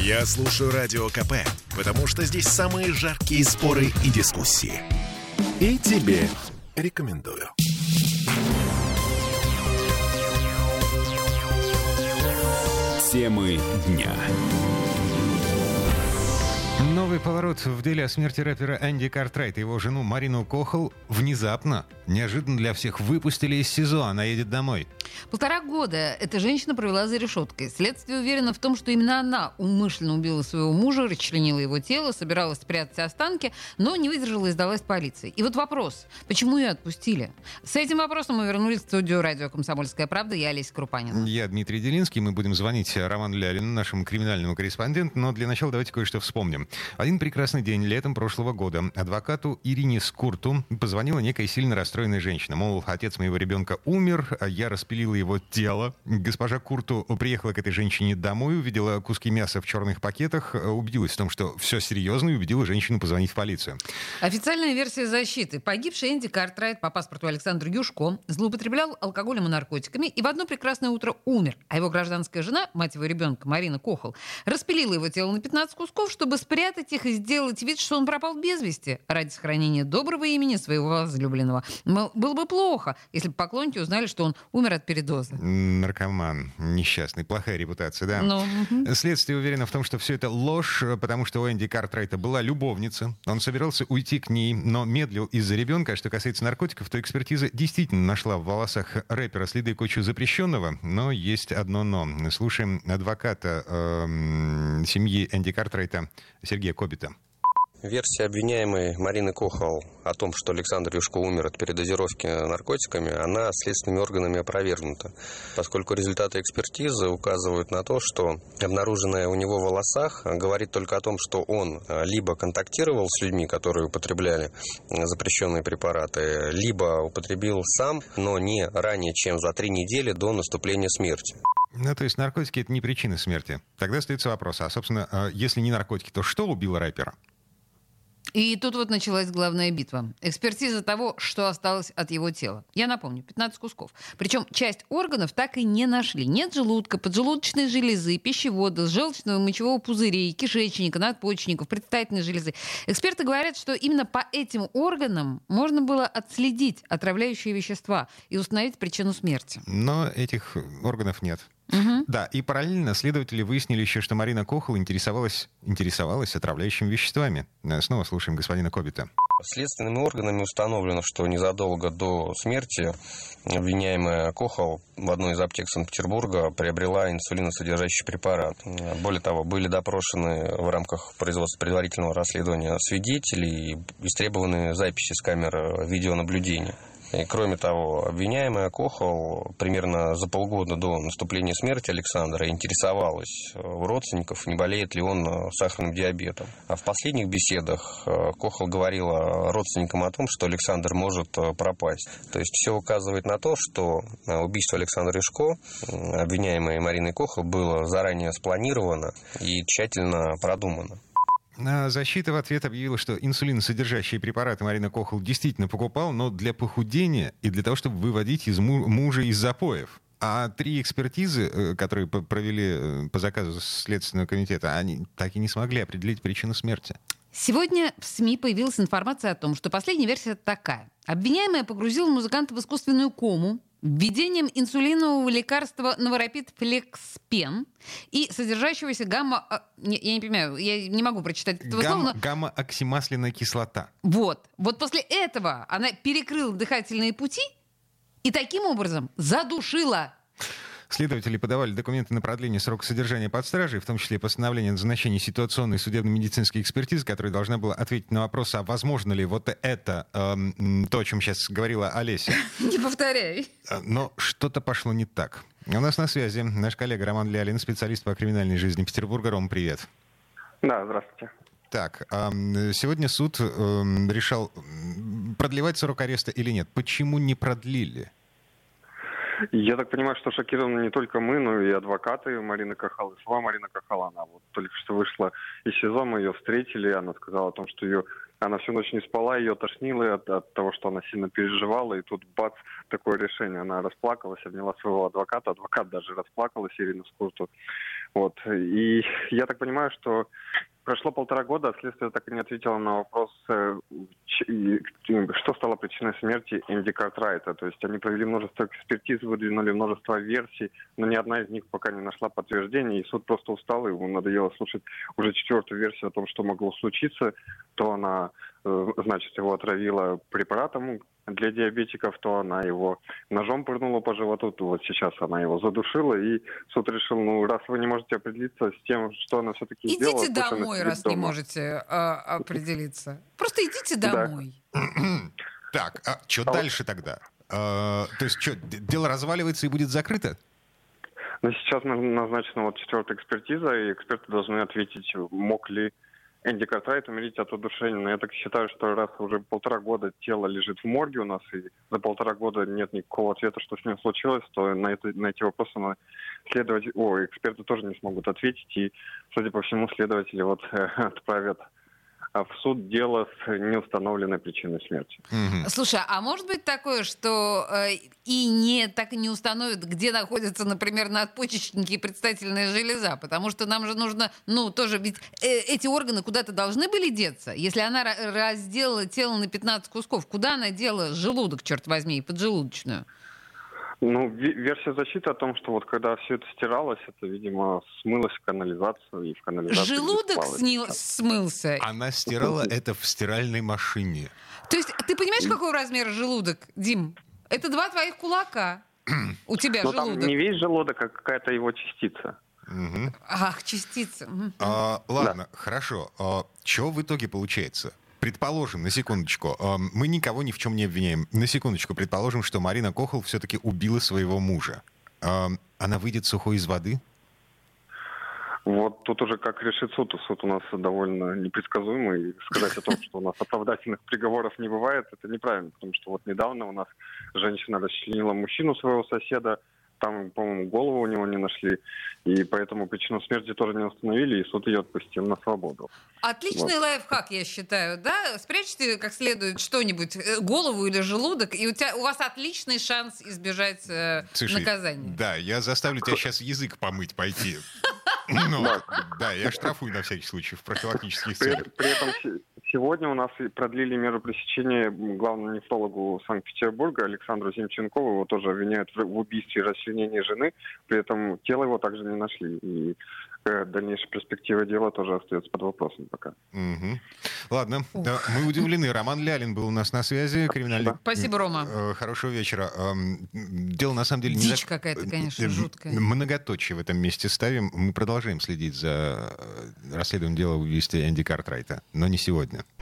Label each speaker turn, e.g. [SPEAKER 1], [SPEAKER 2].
[SPEAKER 1] Я слушаю Радио КП, потому что здесь самые жаркие споры и дискуссии. И тебе рекомендую. Темы дня.
[SPEAKER 2] Новый поворот в деле о смерти рэпера Энди Картрайта. Его жену Марину Кохол внезапно, неожиданно для всех, выпустили из СИЗО. Она едет домой.
[SPEAKER 3] 1,5 года эта женщина провела за решеткой. Следствие уверено в том, что именно она умышленно убила своего мужа, расчленила его тело, собиралась спрятать останки, но не выдержала и сдалась полиции. И вот вопрос, почему ее отпустили? С этим вопросом мы вернулись в студию радио «Комсомольская правда». Я Олеся Крупанина.
[SPEAKER 2] Я Дмитрий Делинский. Мы будем звонить Роману Лялину, нашему криминальному корреспонденту. Но для начала давайте кое-что вспомним. Один прекрасный день летом прошлого года адвокату Ирине Скурту позвонила некая сильно расстроенная женщина. Мол, отец моего ребенка умер, а я распилила его тело. Госпожа Курту приехала к этой женщине домой, увидела куски мяса в черных пакетах, убедилась в том, что все серьезно, и убедила женщину позвонить в полицию.
[SPEAKER 3] Официальная версия защиты. Погибший Энди Картрайт по паспорту Александр Юшко злоупотреблял алкоголем и наркотиками и в одно прекрасное утро умер. А его гражданская жена, мать его ребенка Марина Кохол, распилила его тело на 15 кусков, чтобы спрятать их и сделать вид, что он пропал без вести ради сохранения доброго имени своего возлюбленного. Мол, было бы плохо, если бы поклонники узнали, что он умер от передоза.
[SPEAKER 2] Наркоман несчастный, плохая репутация, да? Следствие уверено в том, что все это ложь, потому что у Энди Картрайта была любовница. Он собирался уйти к ней, но медлил из-за ребенка. А что касается наркотиков, то экспертиза действительно нашла в волосах рэпера следы кое-чего запрещенного, но есть одно но. Слушаем адвоката семьи Энди Картрайта Сергея Кобита.
[SPEAKER 4] Версия обвиняемой Марины Кохол о том, что Александр Юшко умер от передозировки наркотиками, она следственными органами опровергнута, поскольку результаты экспертизы указывают на то, что обнаруженное у него в волосах говорит только о том, что он либо контактировал с людьми, которые употребляли запрещенные препараты, либо употребил сам, но не ранее, чем за 3 недели до наступления смерти.
[SPEAKER 2] Ну, то есть наркотики — это не причина смерти. Тогда остается вопрос, а, собственно, если не наркотики, то что убило рэпера?
[SPEAKER 3] И тут вот началась главная битва. Экспертиза того, что осталось от его тела. Я напомню, 15 кусков. Причем часть органов так и не нашли. Нет желудка, поджелудочной железы, пищевода, желчного и мочевого пузырей, кишечника, надпочечников, предстательной железы. Эксперты говорят, что именно по этим органам можно было отследить отравляющие вещества и установить причину смерти.
[SPEAKER 2] Но этих органов нет.
[SPEAKER 3] Угу.
[SPEAKER 2] Да, и параллельно следователи выяснили еще, что Марина Кохол интересовалась отравляющими веществами. Снова слушаем господина Кобита.
[SPEAKER 4] Следственными органами установлено, что незадолго до смерти обвиняемая Кохол в одной из аптек Санкт-Петербурга приобрела инсулиносодержащий препарат. Более того, были допрошены в рамках производства предварительного расследования свидетелей и истребованы записи с камер видеонаблюдения. И, кроме того, обвиняемая Кохол примерно за полгода до наступления смерти Александра интересовалась у родственников, не болеет ли он сахарным диабетом. А в последних беседах Кохол говорила родственникам о том, что Александр может пропасть. То есть все указывает на то, что убийство Александра Юшко, обвиняемой Мариной Кохол, было заранее спланировано и тщательно продумано.
[SPEAKER 2] Защита в ответ объявила, что инсулиносодержащие препараты Марина Кохол действительно покупал, но для похудения и для того, чтобы выводить мужа из запоев. А 3 экспертизы, которые провели по заказу Следственного комитета, они так и не смогли определить причину смерти.
[SPEAKER 3] Сегодня в СМИ появилась информация о том, что последняя версия такая. Обвиняемая погрузила музыканта в искусственную кому введением инсулинового лекарства Новорапид Флекспен и содержащегося я не понимаю, я не могу прочитать этого слова.
[SPEAKER 2] Гамма-оксимасляная кислота.
[SPEAKER 3] Вот после этого она перекрыла дыхательные пути и таким образом задушила.
[SPEAKER 2] Следователи подавали документы на продление срока содержания под стражей, в том числе постановление о назначении ситуационной судебно-медицинской экспертизы, которая должна была ответить на вопрос, а возможно ли вот это, то, о чем сейчас говорила Олеся.
[SPEAKER 3] Не повторяй.
[SPEAKER 2] Но что-то пошло не так. У нас на связи наш коллега Роман Лялин, специалист по криминальной жизни Петербурга. Ром, привет.
[SPEAKER 5] Да, здравствуйте.
[SPEAKER 2] Так, сегодня суд решал, продлевать срок ареста или нет. Почему не продлили?
[SPEAKER 5] Я так понимаю, что шокированы не только мы, но и адвокаты Марины Кохол. И сама Марина Кохол, она вот только что вышла из СИЗО, мы ее встретили, она сказала о том, что она всю ночь не спала, ее тошнило от того, что она сильно переживала, и тут бац, такое решение. Она расплакалась, обняла своего адвоката, адвокат даже расплакалась, Ирина Скурту. Вот. И я так понимаю, что прошло 1,5 года, а следствие так и не ответило на вопрос, что стало причиной смерти Энди Картрайта. То есть они провели множество экспертиз, выдвинули множество версий, но ни одна из них пока не нашла подтверждения, и суд просто устал, ему надоело слушать уже 4-ю версию о том, что могло случиться. То она, значит, его отравила препаратом для диабетиков, то она его ножом пырнула по животу, то вот сейчас она его задушила, и суд решил, раз вы не можете определиться с тем, что она все-таки сделала...
[SPEAKER 3] Идите домой, раз не можете определиться. Просто идите домой.
[SPEAKER 2] Так, а что дальше тогда? То есть что, дело разваливается и будет закрыто?
[SPEAKER 5] Сейчас назначена 4-я экспертиза, и эксперты должны ответить, мог ли Энди Картрайт умереть от удушения. Но я так считаю, что раз уже 1,5 года тело лежит в морге у нас, и за 1,5 года нет никакого ответа, что с ним случилось, то на эти вопросы эксперты тоже не смогут ответить. И, судя по всему, следователи отправят в суд дело с неустановленной причиной смерти.
[SPEAKER 3] Слушай, а может быть такое, что так и не установят, где находятся, например, надпочечники и предстательная железа? Потому что нам же нужно, тоже, ведь эти органы куда-то должны были деться. Если она разделала тело на 15 кусков, куда она дела желудок, черт возьми, и поджелудочную?
[SPEAKER 5] Версия защиты о том, что когда все это стиралось, это, видимо, смылось в канализацию, и в канализацию...
[SPEAKER 3] Желудок смылся?
[SPEAKER 2] Она стирала это в стиральной машине.
[SPEAKER 3] То есть ты понимаешь, какой размер желудок, Дим? Это 2 твоих кулака. У тебя желудок.
[SPEAKER 5] Там не весь желудок, а какая-то его частица.
[SPEAKER 3] Ах, частица.
[SPEAKER 2] Ладно, хорошо. Что в итоге получается? Предположим, на секундочку, мы никого ни в чем не обвиняем. На секундочку, предположим, что Марина Кохал все-таки убила своего мужа. Она выйдет сухой из воды?
[SPEAKER 5] Тут уже как решит суд. Суд у нас довольно непредсказуемый. И сказать о том, что у нас оправдательных приговоров не бывает, это неправильно. Потому что недавно у нас женщина расчленила мужчину своего соседа. Там, по-моему, голову у него не нашли. И поэтому причину смерти тоже не установили, и суд ее отпустил на свободу.
[SPEAKER 3] Отличный лайфхак, я считаю, да? Спрячьте как следует что-нибудь, голову или желудок, и у вас отличный шанс избежать наказания.
[SPEAKER 2] Да, я заставлю тебя сейчас язык помыть пойти. Да, я штрафую на всякий случай в профилактических целях.
[SPEAKER 5] При этом сегодня у нас продлили меру пресечения главному нефрологу Санкт-Петербурга Александру Зимченкову. Его тоже обвиняют в убийстве и расчленении жены. При этом тело его также не нашли. И дальнейшая перспектива дела тоже остается под вопросом пока.
[SPEAKER 2] Ладно, мы удивлены. Роман Лялин был у нас на связи. Криминальный...
[SPEAKER 3] Спасибо, Рома.
[SPEAKER 2] Хорошего вечера. Дело на самом деле...
[SPEAKER 3] Дичь какая-то, конечно, жуткая.
[SPEAKER 2] Многоточие в этом месте ставим. Мы продолжаем следить за расследованием дела об убийстве Энди Картрайта, но не сегодня.